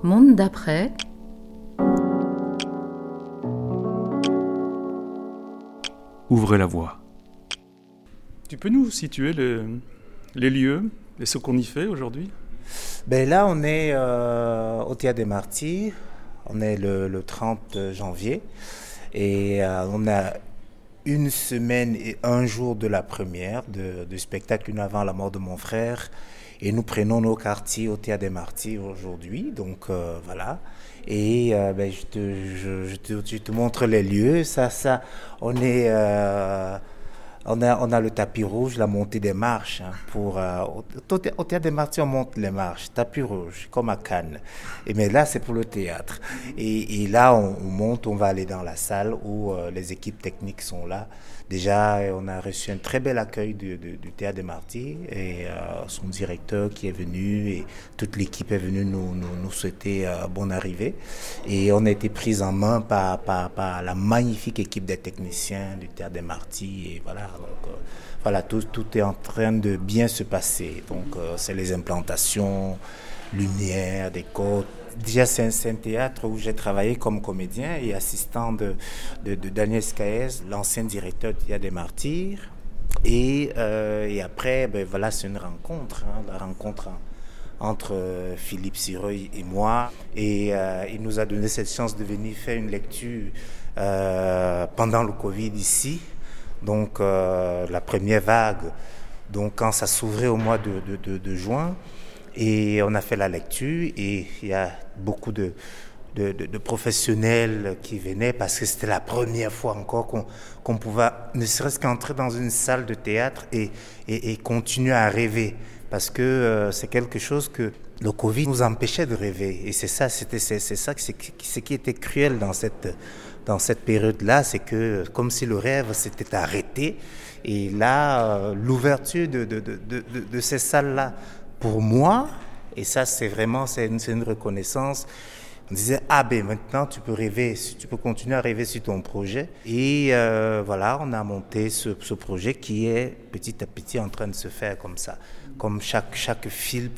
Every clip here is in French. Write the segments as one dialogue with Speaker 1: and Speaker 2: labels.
Speaker 1: Monde d'après.
Speaker 2: Ouvrez la voie. Tu peux nous situer les lieux et ce qu'on y fait aujourd'hui ?
Speaker 3: Ben là, on est au Théâtre des Martyrs. On est le 30 janvier. Et on a une semaine et un jour de la première du spectacle Une avant la mort de mon frère. Et nous prenons nos quartiers au Théâtre des Martyrs aujourd'hui. Donc voilà. Et je te montre les lieux. On est... On a le tapis rouge, la montée des marches. Au Théâtre des Martyrs, on monte les marches, tapis rouge, comme à Cannes. Mais là, c'est pour le théâtre. Et là, on monte, on va aller dans la salle où les équipes techniques sont là. Déjà, on a reçu un très bel accueil du Théâtre des Martyrs et son directeur qui est venu et toute l'équipe est venue nous souhaiter bonne arrivée. Et on a été pris en main par la magnifique équipe des techniciens du Théâtre des Martyrs. Et voilà, donc, voilà tout est en train de bien se passer. Donc, c'est les implantations, lumière, décor. Déjà, c'est un théâtre où j'ai travaillé comme comédien et assistant de Daniel Scaez, l'ancien directeur du Théâtre des Martyrs. Et après, voilà, c'est une rencontre, la rencontre entre Philippe Sireuil et moi. Et il nous a donné cette chance de venir faire une lecture pendant le Covid ici. Donc, la première vague, donc quand ça s'ouvrait au mois de juin. Et on a fait la lecture et il y a beaucoup de professionnels qui venaient parce que c'était la première fois encore qu'on pouvait ne serait-ce qu'entrer dans une salle de théâtre et continuer à rêver. Parce que c'est quelque chose que le Covid nous empêchait de rêver. Et c'est ça ce qui était cruel dans cette période-là, c'est que comme si le rêve s'était arrêté. Et là, l'ouverture de ces salles-là, pour moi, et ça c'est une reconnaissance, on disait maintenant tu peux rêver, tu peux continuer à rêver sur ton projet. Et voilà, on a monté ce projet qui est petit à petit en train de se faire comme ça, comme chaque fil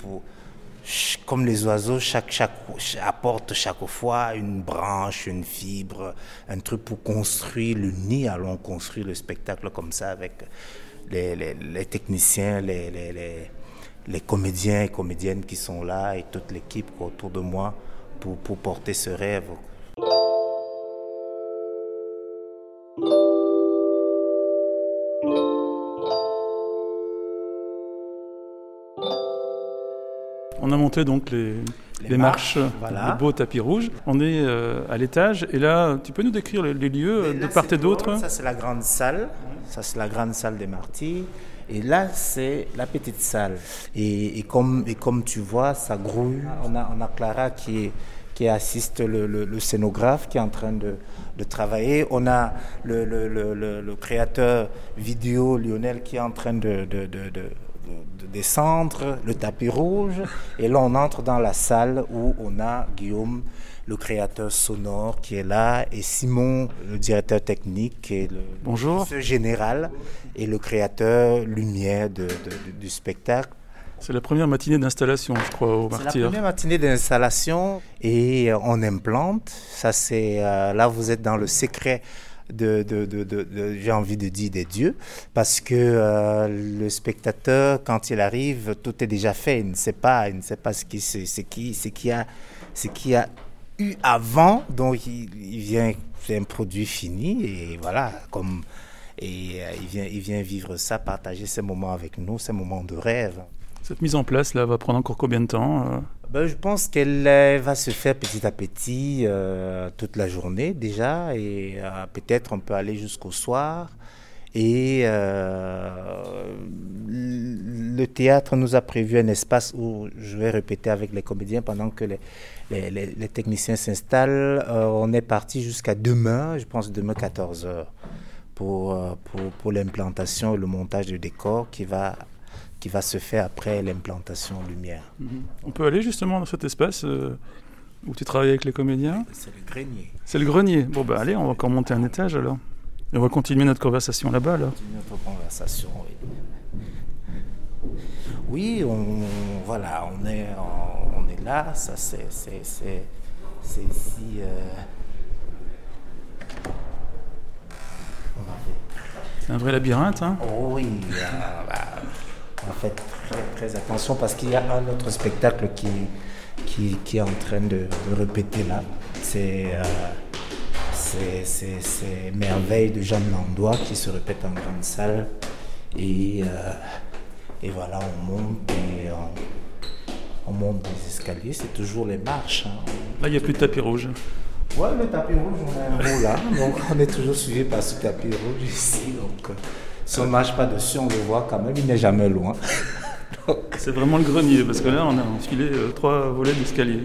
Speaker 3: comme les oiseaux, chaque apporte chaque fois une branche, une fibre, un truc pour construire le nid. Allons construire le spectacle comme ça avec les techniciens, les comédiens et comédiennes qui sont là et toute l'équipe autour de moi pour porter ce rêve.
Speaker 2: On a monté donc les marches, voilà. Le beau tapis rouge. On est à l'étage et là, tu peux nous décrire les lieux de part et d'autre ?
Speaker 3: Ça, c'est la grande salle. Ça, c'est la grande salle des Martyrs. Et là, c'est la petite salle. Et comme tu vois, ça grouille. On a Clara qui assiste le scénographe qui est en train de travailler. On a le créateur vidéo Lionel qui est en train de descendre, le tapis rouge. Et là, on entre dans la salle où on a Guillaume, le créateur sonore qui est là, et Simon, le directeur technique, qui est le général, et le créateur lumière du spectacle.
Speaker 2: C'est la première matinée d'installation, je crois, au Martyrs.
Speaker 3: C'est la première matinée d'installation et on implante. Ça, c'est là, vous êtes dans le secret j'ai envie de dire des dieux, parce que le spectateur, quand il arrive, tout est déjà fait. Il ne sait pas ce qu'il y a eu avant, donc il vient, c'est un produit fini et voilà, il vient vivre ça, partager ces moments avec nous, ces moments de rêve.
Speaker 2: Cette mise en place là va prendre encore combien de temps ?
Speaker 3: Je pense qu'elle va se faire petit à petit toute la journée déjà et peut-être on peut aller jusqu'au soir. Et le théâtre nous a prévu un espace où je vais répéter avec les comédiens pendant que les techniciens s'installent. On est parti jusqu'à demain, je pense demain 14h pour l'implantation et le montage du décor qui va se faire après l'implantation lumière.
Speaker 2: On peut aller justement dans cet espace où tu travailles avec les comédiens ?
Speaker 3: C'est le grenier.
Speaker 2: C'est le grenier. Bon, allez, on va encore monter un étage alors. Et on va continuer notre conversation là-bas alors.
Speaker 3: Notre conversation, oui. Oui, on est est là. Ça, c'est ici.
Speaker 2: C'est un vrai labyrinthe, hein?
Speaker 3: Oh oui, on fait très, très attention parce qu'il y a un autre spectacle qui est en train de répéter là. C'est Merveille de Jeanne Landois qui se répète en grande salle. Et voilà, on monte des escaliers, c'est toujours les marches. Hein.
Speaker 2: Là, il n'y a plus de tapis rouge.
Speaker 3: Ouais, le tapis rouge, on a un mot là. Donc, on est toujours suivi par ce tapis rouge ici. Donc, si on ne marche pas dessus, on le voit quand même, il n'est jamais loin. Donc,
Speaker 2: c'est vraiment le grenier, parce que là, on a enfilé 3 volets d'escalier.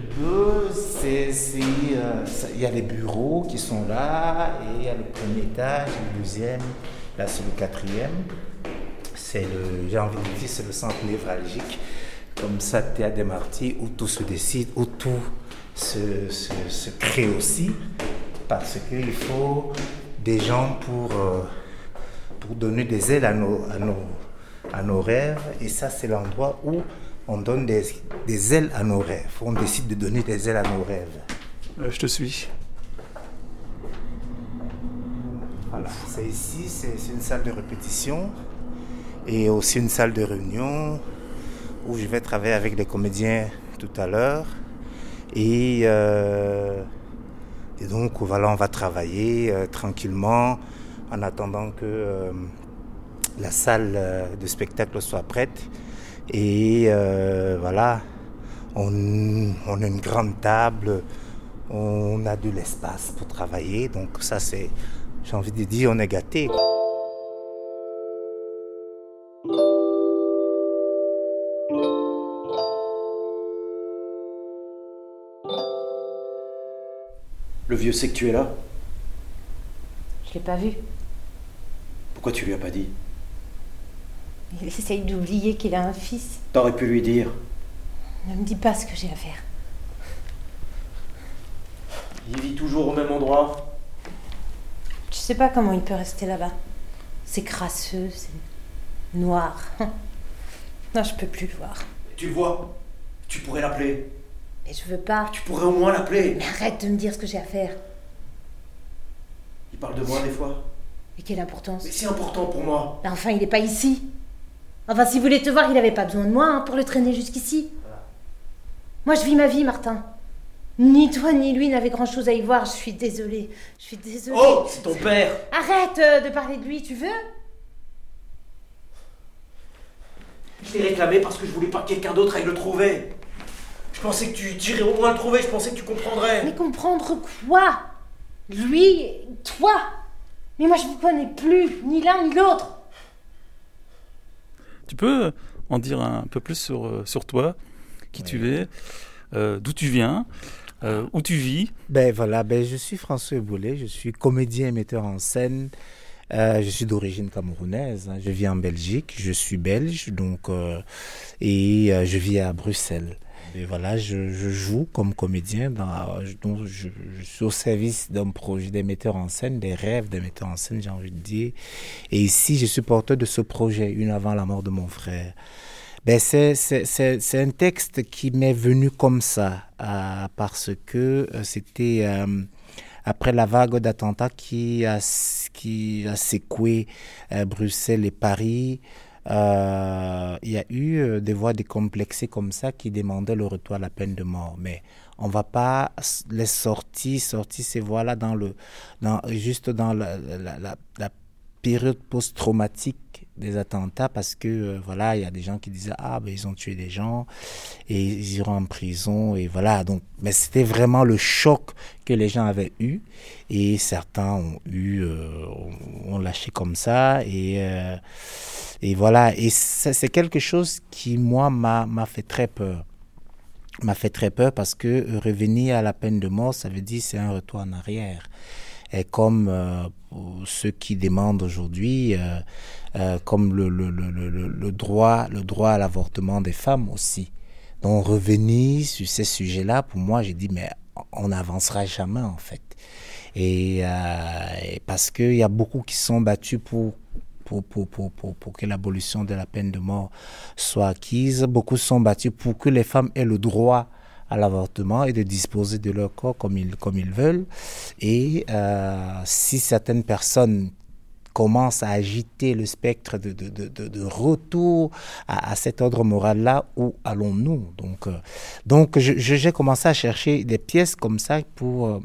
Speaker 3: Il y a les bureaux qui sont là, et il y a le premier étage, le deuxième, là c'est le 4e. J'ai envie de dire, c'est le centre névralgique, comme ça, Théâtre des Martyrs, où tout se décide, où tout se crée aussi, parce qu'il faut des gens pour donner des ailes à nos rêves, et ça, c'est l'endroit où on donne des ailes à nos rêves. On décide de donner des ailes à nos rêves.
Speaker 2: Je te suis.
Speaker 3: Voilà, c'est ici, c'est une salle de répétition. Et aussi une salle de réunion où je vais travailler avec des comédiens tout à l'heure. Et donc voilà, on va travailler tranquillement en attendant que la salle de spectacle soit prête. Et voilà, on a une grande table, on a de l'espace pour travailler. Donc ça, j'ai envie de dire, on est gâtés.
Speaker 1: Le vieux sait que tu es là?
Speaker 4: Je l'ai pas vu.
Speaker 1: Pourquoi tu lui as pas dit?
Speaker 4: Il essaye d'oublier qu'il a un fils.
Speaker 1: T'aurais pu lui dire.
Speaker 4: Ne me dis pas ce que j'ai à faire.
Speaker 1: Il vit toujours au même endroit.
Speaker 4: Tu sais pas comment il peut rester là-bas. C'est crasseux, c'est noir. Non, je peux plus le voir.
Speaker 1: Tu le vois? Tu pourrais l'appeler.
Speaker 4: Mais je veux pas.
Speaker 1: Tu pourrais au moins l'appeler.
Speaker 4: Mais arrête de me dire ce que j'ai à faire.
Speaker 1: Il parle de moi des fois.
Speaker 4: Et quelle importance?
Speaker 1: Mais c'est important pour moi.
Speaker 4: Mais enfin, il est pas ici. Enfin, s'il voulait te voir, il avait pas besoin de moi hein, pour le traîner jusqu'ici.
Speaker 1: Voilà.
Speaker 4: Moi, je vis ma vie, Martin. Ni toi ni lui n'avaient grand-chose à y voir. Je suis désolée. Je suis désolée.
Speaker 1: Oh, c'est ton père.
Speaker 4: Arrête de parler de lui, tu veux?
Speaker 1: Je l'ai réclamé parce que je voulais pas que quelqu'un d'autre aille le trouver. Je pensais que tu irais au moins le trouver, je pensais que tu comprendrais.
Speaker 4: Mais comprendre quoi? Lui, toi? Mais moi je vous connais plus, ni l'un ni l'autre.
Speaker 2: Tu peux en dire un peu plus sur toi, qui tu es, d'où tu viens, où tu vis?
Speaker 3: Je suis François Boulet, je suis comédien et metteur en scène. Je suis d'origine camerounaise, hein. Je vis en Belgique, je suis belge, et je vis à Bruxelles. Et voilà, je joue comme comédien, je suis au service d'un projet des metteurs en scène, des rêves des metteurs en scène, j'ai envie de dire. Et ici, je suis porteur de ce projet, une avant la mort de mon frère. C'est un texte qui m'est venu comme ça, parce que c'était après la vague d'attentats qui a secoué Bruxelles et Paris. Il y a eu des voix décomplexées comme ça qui demandaient le retour à la peine de mort. Mais on ne va pas les sortir ces voix-là juste dans la période post-traumatique des attentats, parce que il y a des gens qui disaient ils ont tué des gens et ils iront en prison, et voilà. Donc, mais c'était vraiment le choc que les gens avaient eu, et certains ont lâché comme ça, et voilà. Et ça, c'est quelque chose qui moi m'a fait très peur. M'a fait très peur parce que revenir à la peine de mort, ça veut dire c'est un retour en arrière. Et comme ceux qui demandent aujourd'hui, comme le droit à l'avortement des femmes aussi. Donc revenir sur ces sujets-là, pour moi, j'ai dit, mais on n'avancera jamais en fait. Et parce qu'il y a beaucoup qui sont battus pour que l'abolition de la peine de mort soit acquise. Beaucoup sont battus pour que les femmes aient le droit à l'avortement et de disposer de leur corps comme ils veulent. Et si certaines personnes commencent à agiter le spectre de retour à cet ordre moral-là, où allons-nous? Donc j'ai commencé à chercher des pièces comme ça pour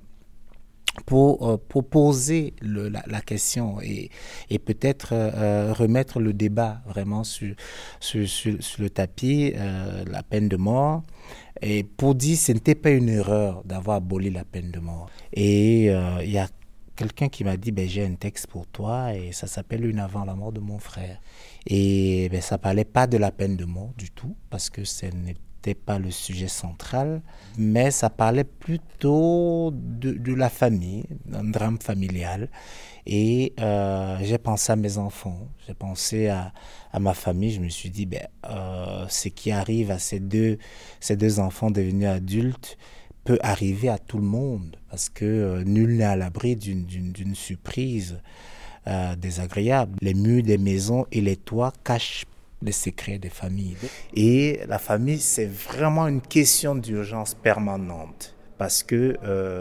Speaker 3: poser la question et peut-être remettre le débat vraiment sur le tapis, la peine de mort, et pour dire que ce n'était pas une erreur d'avoir aboli la peine de mort. Et il y a quelqu'un qui m'a dit, j'ai un texte pour toi et ça s'appelle « Une avant la mort de mon frère ». Et ça ne parlait pas de la peine de mort du tout, parce que ce n'était pas le sujet central, mais ça parlait plutôt de la famille, d'un drame familial. Et j'ai pensé à mes enfants, j'ai pensé à ma famille. Je me suis dit, ce qui arrive à ces deux enfants devenus adultes peut arriver à tout le monde, parce que nul n'est à l'abri d'une surprise désagréable. Les murs des maisons et les toits cachent les secrets des familles. Et la famille, c'est vraiment une question d'urgence permanente, parce que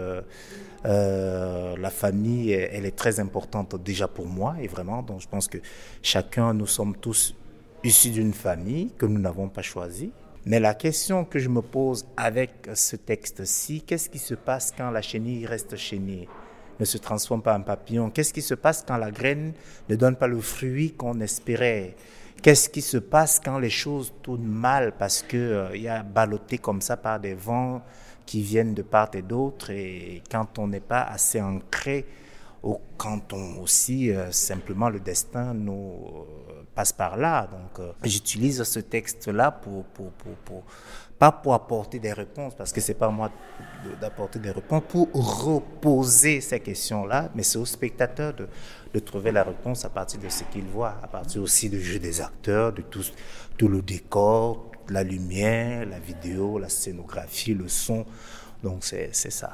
Speaker 3: la famille, elle est très importante déjà pour moi, et vraiment, donc je pense que nous sommes tous issus d'une famille que nous n'avons pas choisie. Mais la question que je me pose avec ce texte-ci, qu'est-ce qui se passe quand la chenille reste chenille, ne se transforme pas en papillon? Qu'est-ce qui se passe quand la graine ne donne pas le fruit qu'on espérait? Qu'est-ce qui se passe quand les choses tournent mal parce qu'il y a ballotté comme ça par des vents qui viennent de part et d'autre, et quand on n'est pas assez ancré, ou quand simplement le destin nous passe par là. Donc j'utilise ce texte-là pas pour apporter des réponses, parce que c'est pas moi d'apporter des réponses, pour reposer ces questions-là, mais c'est au spectateur de trouver la réponse à partir de ce qu'il voit, à partir aussi du jeu des acteurs, de tout le décor, la lumière, la vidéo, la scénographie, le son. Donc c'est ça.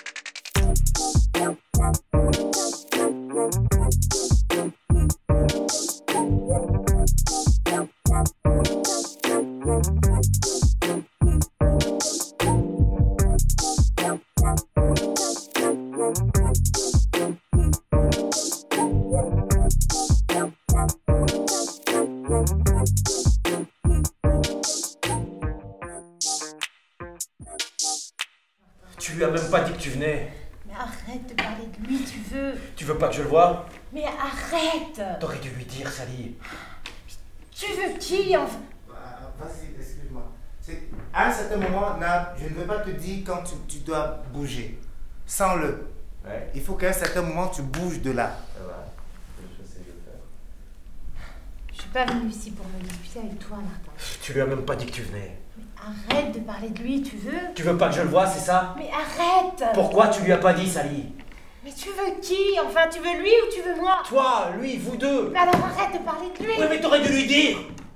Speaker 1: Tu lui as même pas dit que tu venais.
Speaker 4: Mais arrête de parler de lui, tu veux.
Speaker 1: Tu veux pas que je le voie?
Speaker 4: Mais arrête.
Speaker 1: T'aurais dû lui dire, Sally.
Speaker 4: Tu veux qui, enfin?
Speaker 3: Vas-y, excuse-moi. À un certain moment, Nab, je ne veux pas te dire quand tu dois bouger. Sens-le. Ouais. Il faut qu'à un certain moment, tu bouges de là.
Speaker 1: Ça va. Je sais le faire.
Speaker 4: Je suis pas venue ici pour me disputer avec toi, Martin.
Speaker 1: Tu lui as même pas dit que tu venais.
Speaker 4: Mais arrête de parler de lui, tu veux?
Speaker 1: Tu veux pas que je le voie, c'est ça?
Speaker 4: Mais arrête.
Speaker 1: Pourquoi tu lui as pas dit, Sally?
Speaker 4: Mais tu veux qui? Enfin, tu veux lui ou tu veux moi?
Speaker 1: Toi, lui, vous deux.
Speaker 4: Mais alors arrête de parler de lui.
Speaker 1: Oui, mais t'aurais dû lui dire.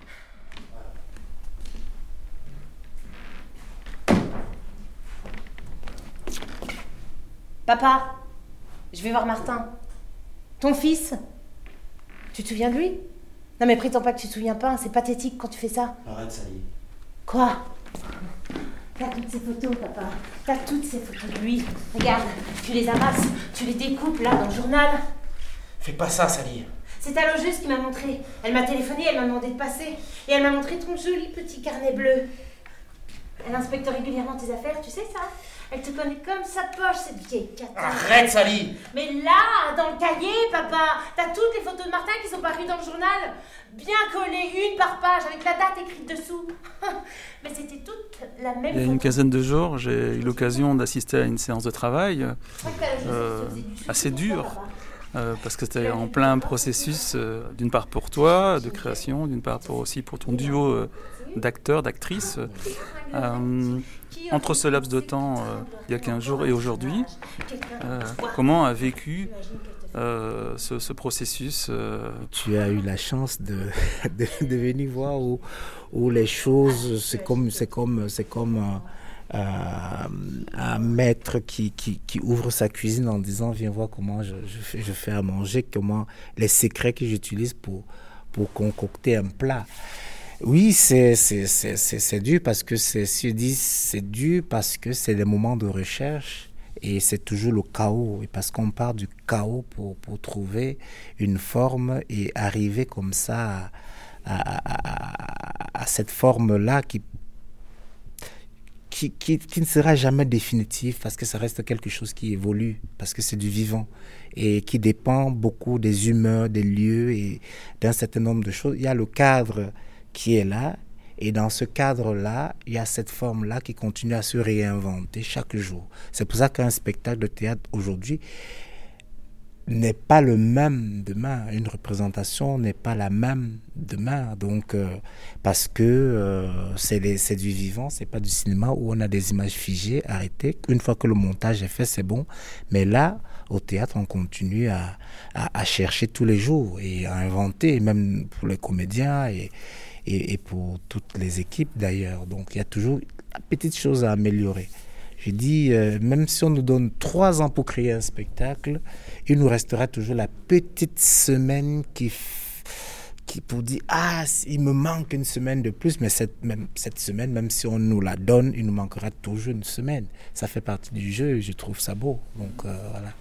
Speaker 4: Papa, je vais voir Martin. Ton fils. Tu te souviens de lui? Non mais prétends pas que tu te souviens pas, hein, c'est pathétique quand tu fais ça.
Speaker 1: Arrête, Sally.
Speaker 4: Quoi? T'as toutes ces photos, papa. T'as toutes ces photos de lui. Regarde, tu les amasses, tu les découpes là dans le journal.
Speaker 1: Fais pas ça, Sally.
Speaker 4: C'est ta logeuse qui m'a montré. Elle m'a téléphoné, elle m'a demandé de passer. Et elle m'a montré ton joli petit carnet bleu. Elle inspecte régulièrement tes affaires, tu sais ça? Elle te connaît comme sa poche, cette vieille cata.
Speaker 1: Arrête, Sally.
Speaker 4: Mais là, dans le cahier, papa, t'as toutes les photos de Martin qui sont parues dans le journal. Bien collées, une par page, avec la date écrite dessous. Mais c'était toute la même photo.
Speaker 2: Il y a une quinzaine de jours, j'ai eu l'occasion d'assister à une séance de travail assez dure. Parce que c'était en plein processus, d'une part pour toi, de création, d'une part aussi pour ton duo d'acteurs, d'actrices. Entre ce laps de temps, il y a 15 jours et aujourd'hui, comment a vécu ce processus
Speaker 3: Tu as eu la chance de venir voir où les choses, c'est comme un maître qui ouvre sa cuisine en disant viens voir comment je fais à manger, comment les secrets que j'utilise pour concocter un plat. Oui, c'est dur parce que c'est dur parce que c'est des moments de recherche et c'est toujours le chaos. Et parce qu'on part du chaos pour trouver une forme et arriver comme ça à cette forme-là qui ne sera jamais définitive parce que ça reste quelque chose qui évolue, parce que c'est du vivant et qui dépend beaucoup des humeurs, des lieux et d'un certain nombre de choses. Il y a le cadre qui est là et dans ce cadre-là, il y a cette forme-là qui continue à se réinventer chaque jour. C'est pour ça qu'un spectacle de théâtre aujourd'hui n'est pas le même demain. Une représentation n'est pas la même demain. Donc, parce que c'est du vivant, c'est pas du cinéma où on a des images figées, arrêtées. Une fois que le montage est fait, c'est bon. Mais là, au théâtre, on continue à chercher tous les jours et à inventer, même pour les comédiens et pour toutes les équipes d'ailleurs. Donc, il y a toujours une petite chose à améliorer. Je dis, même si on nous donne 3 ans pour créer un spectacle, il nous restera toujours la petite semaine qui pour dire, il me manque une semaine de plus, mais cette semaine, même si on nous la donne, il nous manquera toujours une semaine. Ça fait partie du jeu et je trouve ça beau. Donc, voilà.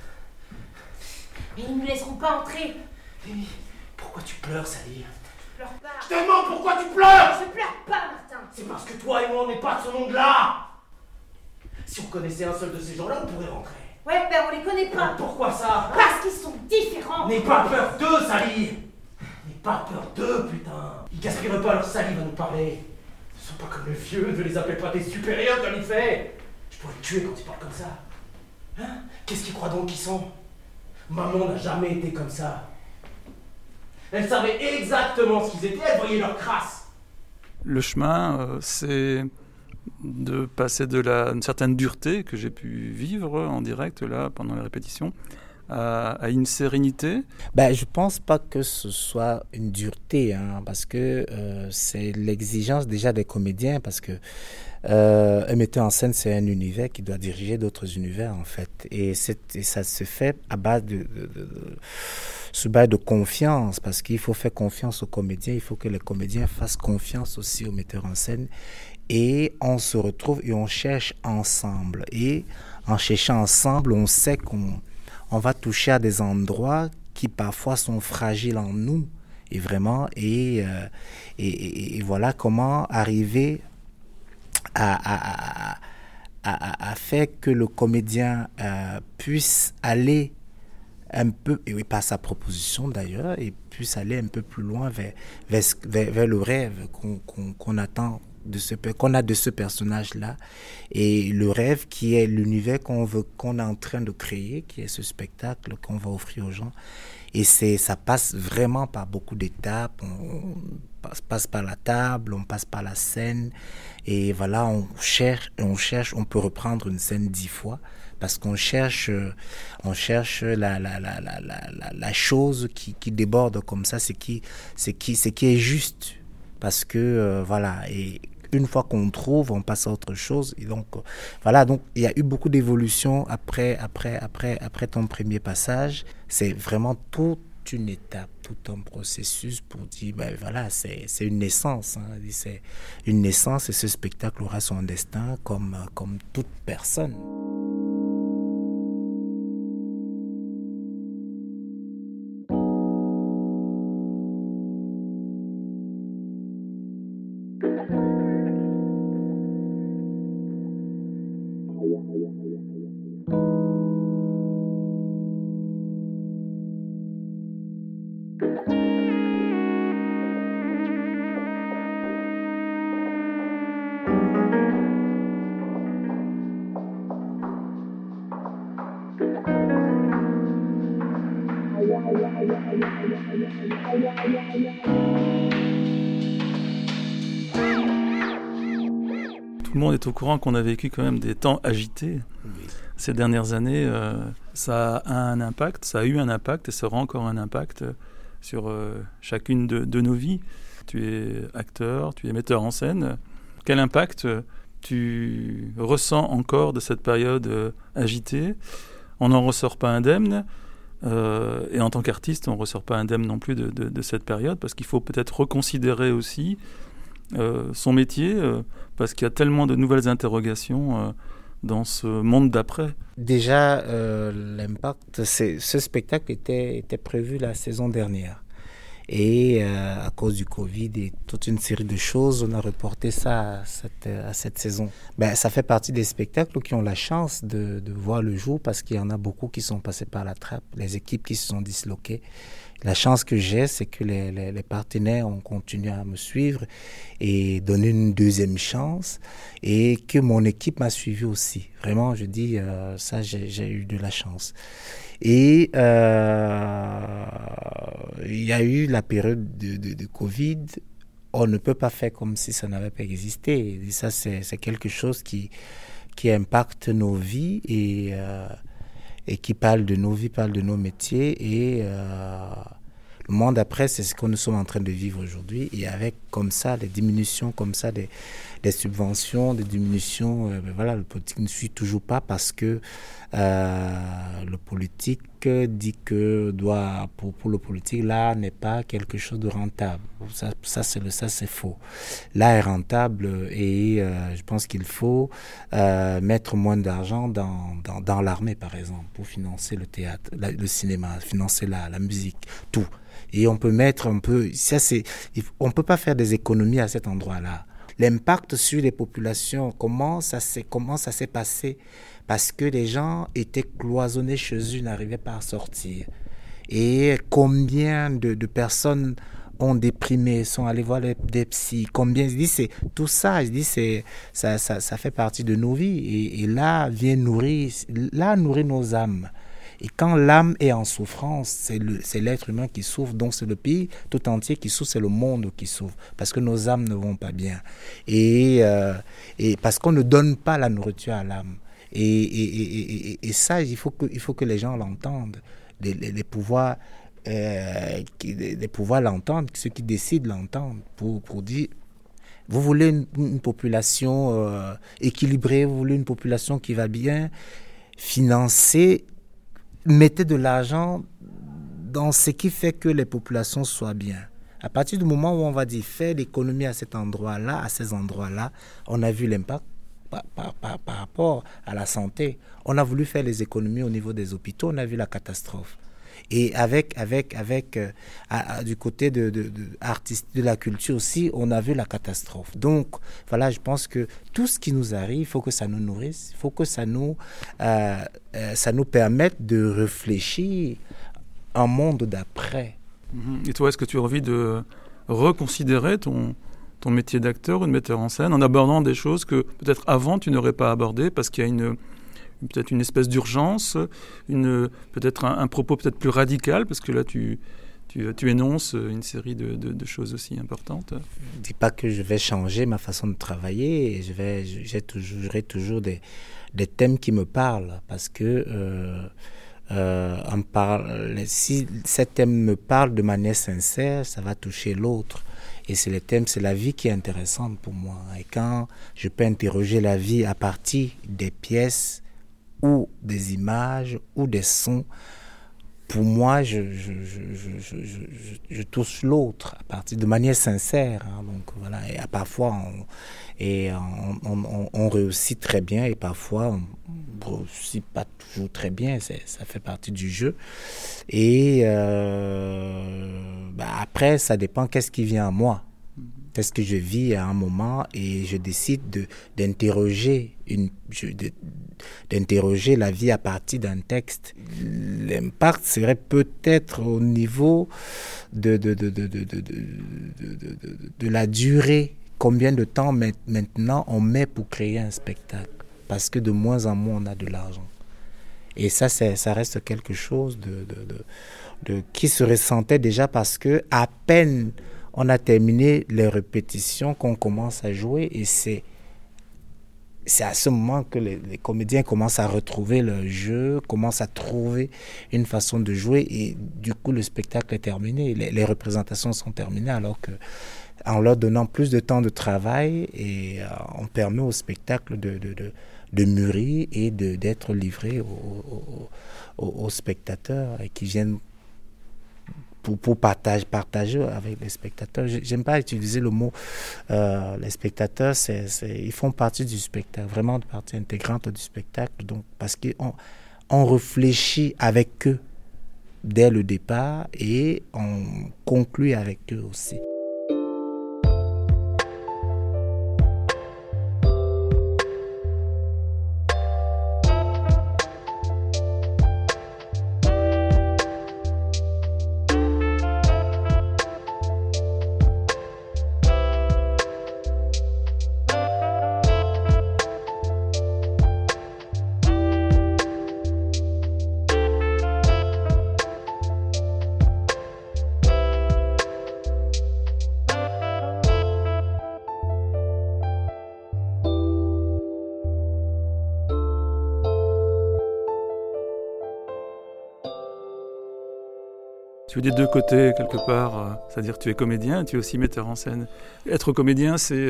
Speaker 4: Mais ils ne nous laisseront pas entrer.
Speaker 1: Mais pourquoi tu pleures, Sally?
Speaker 4: Je pleure pas.
Speaker 1: Je te demande pourquoi tu pleures!
Speaker 4: Je pleure pas, Martin.
Speaker 1: C'est parce que toi et moi, on n'est pas de ce monde-là! Si on connaissait un seul de ces gens-là, on pourrait rentrer.
Speaker 4: Ouais, ben on les connaît pas.
Speaker 1: Pourquoi ça?
Speaker 4: Parce qu'ils sont différents.
Speaker 1: N'aie pas peur d'eux, Sally! N'aie pas peur d'eux, putain! Ils gaspilleraient pas leur salive à nous parler. Ils sont pas comme le vieux, ne les appelez pas des supérieurs comme il fait. Je pourrais te tuer quand ils parlent comme ça. Hein? Qu'est-ce qu'ils croient donc qu'ils sont? Maman n'a jamais été comme ça. Elle savait exactement ce qu'ils étaient, elle voyait leur crasse.
Speaker 2: Le chemin, c'est de passer une certaine dureté que j'ai pu vivre en direct là pendant les répétitions à une sérénité.
Speaker 3: Je pense pas que ce soit une dureté, parce que c'est l'exigence déjà des comédiens, parce que un metteur en scène, c'est un univers qui doit diriger d'autres univers en fait, et ça se fait à base sous base de confiance, parce qu'il faut faire confiance aux comédiens, il faut que les comédiens fassent confiance aussi aux metteurs en scène, et on se retrouve et on cherche ensemble, et en cherchant ensemble, on sait qu'on va toucher à des endroits qui parfois sont fragiles en nous, et vraiment, et voilà comment arriver à faire que le comédien puisse aller un peu, et oui, par sa proposition d'ailleurs, et puisse aller un peu plus loin vers le rêve qu'on attend qu'on a de ce personnage-là, et le rêve qui est l'univers qu'on est en train de créer, qui est ce spectacle qu'on va offrir aux gens. Et ça passe vraiment par beaucoup d'étapes. On passe par la table, on passe par la scène, et voilà, on cherche, on peut reprendre une scène 10 fois, parce qu'on cherche la chose qui déborde comme ça, c'est qui est juste, parce que voilà, et une fois qu'on trouve, on passe à autre chose, et donc voilà, donc il y a eu beaucoup d'évolution après ton premier passage. C'est vraiment toute une étape, tout un processus pour dire voilà, c'est une naissance, c'est une naissance, et ce spectacle aura son destin comme toute personne.
Speaker 2: Tout le monde est au courant qu'on a vécu quand même des temps agités. Ces dernières années, ça a un impact, ça a eu un impact et ça aura encore un impact sur chacune de nos vies. Tu es acteur, tu es metteur en scène. Quel impact tu ressens encore de cette période agitée? On n'en ressort pas indemne. Et en tant qu'artiste, on ne ressort pas indemne non plus de cette période, parce qu'il faut peut-être reconsidérer aussi son métier, parce qu'il y a tellement de nouvelles interrogations dans ce monde d'après.
Speaker 3: Déjà, l'impact, ce spectacle était prévu la saison dernière. Et à cause du Covid et toute une série de choses, on a reporté ça à cette saison. Ça fait partie des spectacles qui ont la chance de voir le jour, parce qu'il y en a beaucoup qui sont passés par la trappe, les équipes qui se sont disloquées. La chance que j'ai, c'est que les partenaires ont continué à me suivre et donné une deuxième chance, et que mon équipe m'a suivi aussi. Vraiment, je dis, ça, j'ai eu de la chance. Et il y a eu la période de Covid. On ne peut pas faire comme si ça n'avait pas existé. Et ça, c'est quelque chose qui impacte nos vies et qui parle de nos vies, parle de nos métiers. Et le monde après, c'est ce que nous sommes en train de vivre aujourd'hui. Et avec comme ça, des diminutions comme ça, des subventions, des diminutions, le politique ne suit toujours pas, parce que le politique dit que pour le politique, l'art n'est pas quelque chose de rentable. Ça c'est faux. L'art est rentable, et je pense qu'il faut mettre moins d'argent dans l'armée, par exemple, pour financer le théâtre, le cinéma, financer la musique, tout. Et on peut on peut pas faire des économies à cet endroit-là. L'impact sur les populations, comment ça s'est passé? Parce que les gens étaient cloisonnés chez eux, n'arrivaient pas à sortir. Et combien de personnes ont déprimé, sont allées voir des psys, combien, je dis, c'est tout ça, ça fait partie de nos vies. Et là nourrit nos âmes. Et quand l'âme est en souffrance, c'est l'être humain qui souffre, donc c'est le pays tout entier qui souffre, c'est le monde qui souffre, parce que nos âmes ne vont pas bien. Et parce qu'on ne donne pas la nourriture à l'âme. Et ça, il faut que les gens l'entendent, les pouvoirs l'entendent, ceux qui décident l'entendent, pour dire, vous voulez une population équilibrée, vous voulez une population qui va bien, financer. Mettez de l'argent dans ce qui fait que les populations soient bien. À partir du moment où on va dire faire l'économie à cet endroit-là, à ces endroits-là, on a vu l'impact par rapport à la santé. On a voulu faire les économies au niveau des hôpitaux, on a vu la catastrophe. Et avec du côté de la culture aussi, on a vu la catastrophe. Donc, voilà, je pense que tout ce qui nous arrive, il faut que ça nous nourrisse, il faut que ça nous permette de réfléchir un monde d'après.
Speaker 2: Et toi, est-ce que tu as envie de reconsidérer ton métier d'acteur ou de metteur en scène en abordant des choses que peut-être avant tu n'aurais pas abordées, parce qu'il y a peut-être une espèce d'urgence, peut-être un propos peut-être plus radical, parce que là tu énonces une série de choses aussi importantes.
Speaker 3: Je ne dis pas que je vais changer ma façon de travailler, et j'aurai toujours des thèmes qui me parlent, parce que si ces thèmes me parlent de manière sincère, ça va toucher l'autre. Et c'est la vie qui est intéressante pour moi. Et quand je peux interroger la vie à partir des pièces ou des images ou des sons, pour moi, je touche l'autre de manière sincère. Donc voilà. Et parfois, on réussit très bien, et parfois on ne réussit pas toujours très bien. Ça fait partie du jeu. Et après, ça dépend qu'est-ce qui vient à moi. Qu'est-ce que je vis à un moment, et je décide d'interroger la vie à partir d'un texte. L'impact serait peut-être au niveau de la durée. Combien de temps maintenant on met pour créer un spectacle? Parce que de moins en moins on a de l'argent. Et ça reste quelque chose qui se ressentait déjà, parce que à peine on a terminé les répétitions qu'on commence à jouer, et c'est à ce moment que les comédiens commencent à retrouver leur jeu, commencent à trouver une façon de jouer, et du coup le spectacle est terminé, les représentations sont terminées, alors que en leur donnant plus de temps de travail et on permet au spectacle de mûrir et d'être livré aux spectateurs et qui viennent pour partager avec les spectateurs. J'aime pas utiliser le mot les spectateurs, ils font partie du spectacle, vraiment de partie intégrante du spectacle, donc parce qu'on réfléchit avec eux dès le départ et on conclut avec eux aussi.
Speaker 2: Tu es des deux côtés, quelque part, c'est-à-dire que tu es comédien et tu es aussi metteur en scène. Être comédien, c'est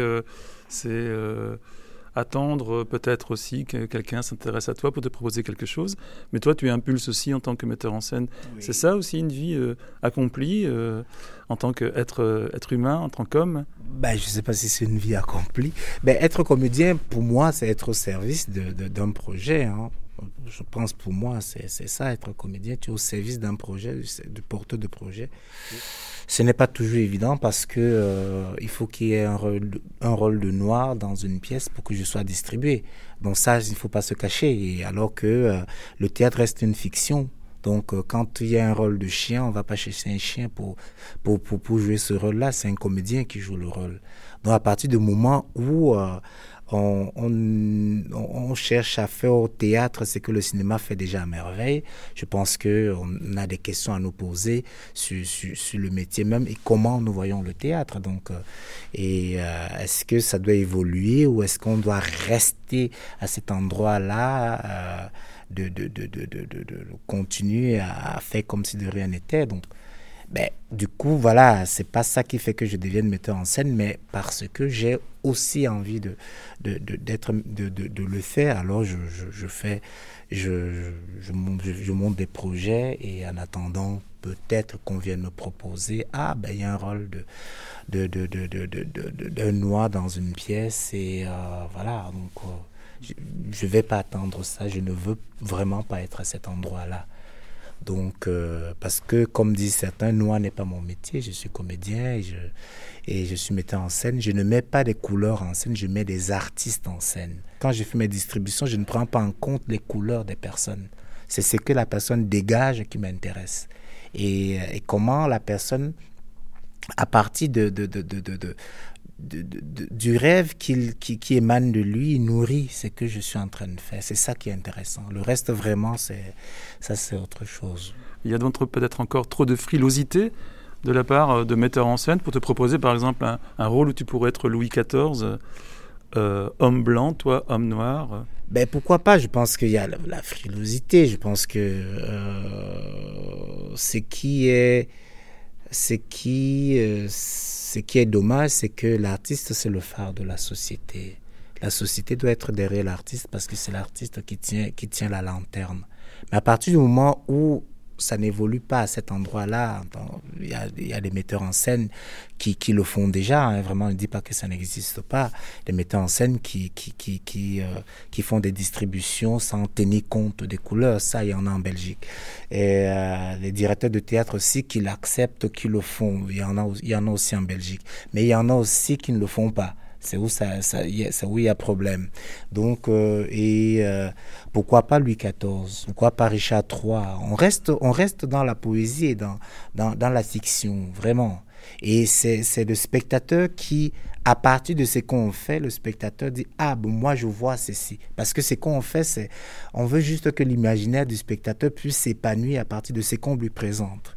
Speaker 2: attendre peut-être aussi que quelqu'un s'intéresse à toi pour te proposer quelque chose, mais toi tu impulses aussi en tant que metteur en scène. Oui. C'est ça aussi une vie accomplie en tant qu'être humain, en tant qu'homme?
Speaker 3: Je ne sais pas si c'est une vie accomplie. Être comédien, pour moi, c'est être au service d'un projet, hein. Je pense pour moi, c'est ça, être comédien. Tu es au service d'un projet, du porteur de projet. Ce n'est pas toujours évident parce que il faut qu'il y ait un rôle de noir dans une pièce pour que je sois distribué. Donc ça, il ne faut pas se cacher. Et alors que le théâtre reste une fiction. Donc quand il y a un rôle de chien, on ne va pas chercher un chien pour jouer ce rôle-là. C'est un comédien qui joue le rôle. Donc à partir du moment où on cherche à faire au théâtre ce que le cinéma fait déjà à merveille. Je pense qu'on a des questions à nous poser sur le métier même et comment nous voyons le théâtre. Donc, est-ce que ça doit évoluer ou est-ce qu'on doit rester à cet endroit-là de continuer à faire comme si de rien n'était. Donc, du coup, voilà, c'est pas ça qui fait que je devienne metteur en scène, mais parce que j'ai aussi envie de le faire. Alors, je monte des projets et en attendant, peut-être qu'on vienne me proposer, il y a un rôle d'un noir dans une pièce et voilà, donc je vais pas attendre ça, je ne veux vraiment pas être à cet endroit-là. Donc, parce que, comme disent certains, noir n'est pas mon métier, je suis comédien et je suis metteur en scène. Je ne mets pas des couleurs en scène, je mets des artistes en scène. Quand je fais mes distributions, je ne prends pas en compte les couleurs des personnes. C'est ce que la personne dégage qui m'intéresse. Et comment la personne, à partir du rêve qui émane de lui, il nourrit ce que je suis en train de faire. C'est ça qui est intéressant. Le reste, vraiment, c'est autre chose.
Speaker 2: Il y a donc peut-être encore trop de frilosité de la part de metteurs en scène pour te proposer, par exemple, un rôle où tu pourrais être Louis XIV, homme blanc, toi, homme noir.
Speaker 3: Pourquoi pas? Je pense qu'il y a la frilosité. Je pense que ce qui est dommage, c'est que l'artiste, c'est le phare de la société. La société doit être derrière l'artiste parce que c'est l'artiste qui tient la lanterne. Mais à partir du moment où ça n'évolue pas à cet endroit-là, il y a des metteurs en scène qui le font déjà, hein, vraiment, ne dis pas que ça n'existe pas. Des metteurs en scène qui font des distributions sans tenir compte des couleurs, ça, il y en a en Belgique. Et les directeurs de théâtre aussi qui l'acceptent, qui le font, il y en a aussi en Belgique. Mais il y en a aussi qui ne le font pas. C'est où il y a problème. Donc, pourquoi pas Louis XIV? Pourquoi pas Richard III? On reste dans la poésie et dans la fiction, vraiment. Et c'est le spectateur qui, à partir de ce qu'on fait, le spectateur dit moi je vois ceci. Parce que ce qu'on fait, on veut juste que l'imaginaire du spectateur puisse s'épanouir à partir de ce qu'on lui présente.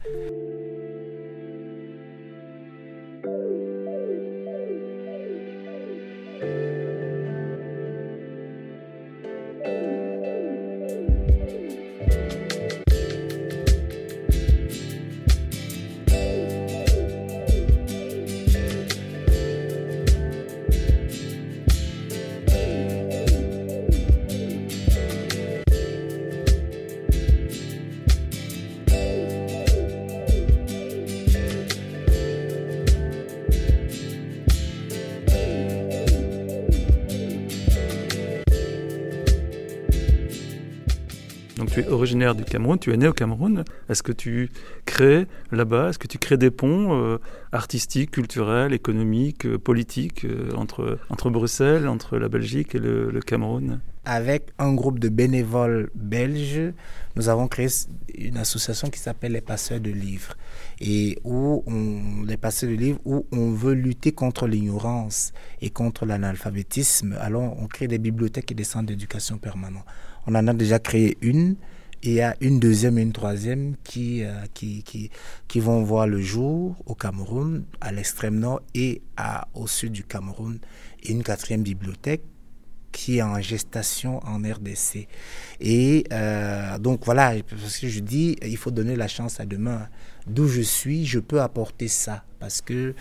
Speaker 2: Donc tu es originaire du Cameroun, tu es né au Cameroun. Est-ce que tu crées là-bas, est-ce que tu crées des ponts artistiques, culturels, économiques, politiques entre Bruxelles, entre la Belgique et le Cameroun ?
Speaker 3: Avec un groupe de bénévoles belges, nous avons créé une association qui s'appelle les Passeurs de livres. Et les Passeurs de livres, où on veut lutter contre l'ignorance et contre l'analphabétisme. Alors on crée des bibliothèques et des centres d'éducation permanents. On en a déjà créé une. Et il y a une deuxième et une troisième qui vont voir le jour au Cameroun, à l'extrême nord et au sud du Cameroun. Et une quatrième bibliothèque qui est en gestation en RDC. Et donc voilà, parce que je dis, il faut donner la chance à demain. D'où je suis, je peux apporter ça. Parce que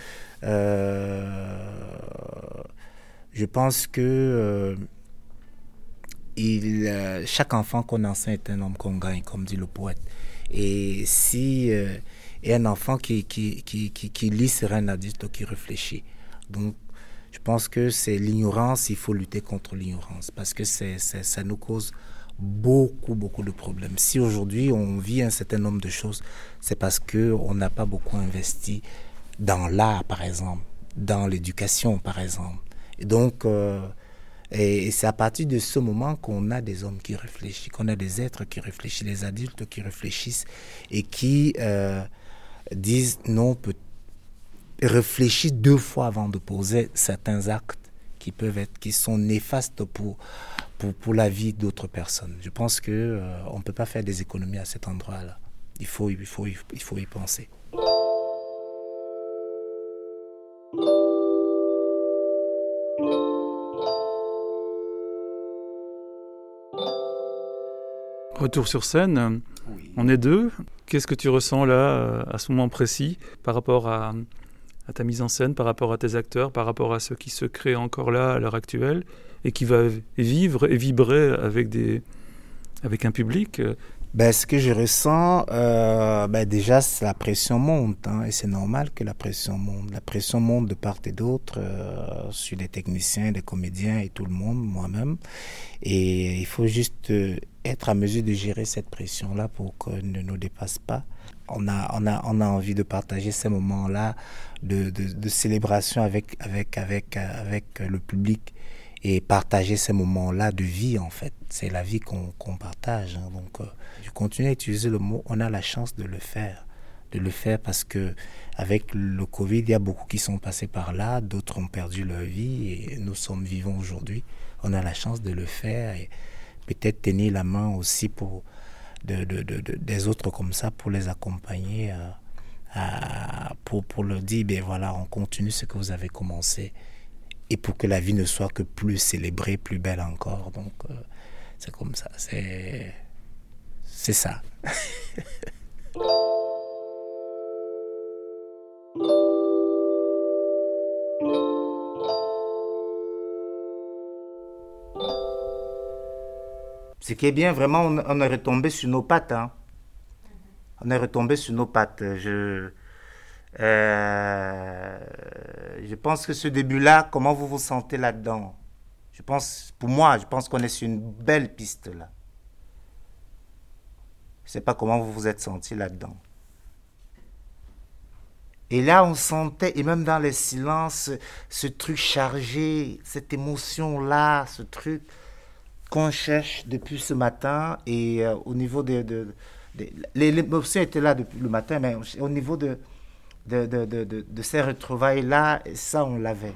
Speaker 3: je pense que chaque enfant qu'on enseigne est un homme qu'on gagne, comme dit le poète. Et si et un enfant qui lit sera un adulte qui réfléchit. Donc je pense que c'est l'ignorance, il faut lutter contre l'ignorance parce que ça nous cause beaucoup de problèmes. Si aujourd'hui on vit un certain nombre de choses, c'est parce qu'on n'a pas beaucoup investi dans l'art, par exemple, dans l'éducation, par exemple. Et donc, et c'est à partir de ce moment qu'on a des hommes qui réfléchissent, qu'on a des êtres qui réfléchissent, des adultes qui réfléchissent et qui disent non, réfléchis 2 fois avant de poser certains actes qui sont néfastes pour la vie d'autres personnes. Je pense que on ne peut pas faire des économies à cet endroit-là. Il faut y penser.
Speaker 2: Retour sur scène, oui. On est 2. Qu'est-ce que tu ressens là, à ce moment précis, par rapport à ta mise en scène, par rapport à tes acteurs, par rapport à ce qui se crée encore là, à l'heure actuelle, et qui va vivre et vibrer avec un public?
Speaker 3: Ce que je ressens, déjà, la pression monte, et c'est normal que la pression monte. La pression monte de part et d'autre, sur les techniciens, les comédiens et tout le monde, moi-même. Et il faut juste être à mesure de gérer cette pression-là pour qu'elle ne nous dépasse pas. On a envie de partager ces moments-là de célébration avec le public et partager ces moments-là de vie, en fait. C'est la vie qu'on partage. Donc, je continue à utiliser le mot. On a la chance de le faire parce que avec le Covid, il y a beaucoup qui sont passés par là, d'autres ont perdu leur vie et nous sommes vivants aujourd'hui. On a la chance de le faire et peut-être tenir la main aussi pour des autres comme ça, pour les accompagner, pour leur dire, voilà, on continue ce que vous avez commencé et pour que la vie ne soit que plus célébrée, plus belle encore. Donc, c'est comme ça, c'est ça. Ce qui est bien, vraiment, on est retombé sur nos pattes. On est retombé sur nos pattes. Je pense que ce début-là, comment vous vous sentez là-dedans? Pour moi, je pense qu'on est sur une belle piste là. Je ne sais pas comment vous vous êtes sentis là-dedans. Et là, on sentait, et même dans les silences, ce truc chargé, cette émotion-là, ce truc qu'on cherche depuis ce matin. Et au niveau l'émotion était là depuis le matin, mais au niveau de ces retrouvailles-là, ça, on l'avait.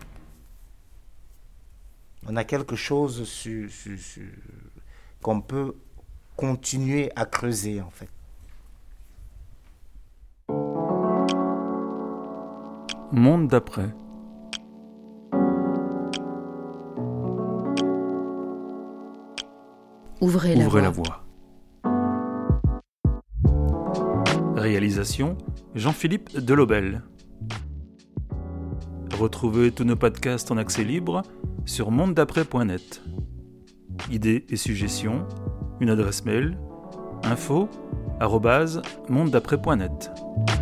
Speaker 3: On a quelque chose qu'on peut continuer à creuser, en fait.
Speaker 2: Monde d'après.
Speaker 5: Ouvrez la voie.
Speaker 2: Réalisation Jean-Philippe Delobel. Retrouvez tous nos podcasts en accès libre sur mondedaprès.net. Idées et suggestions, une adresse mail info@mondedaprès.net.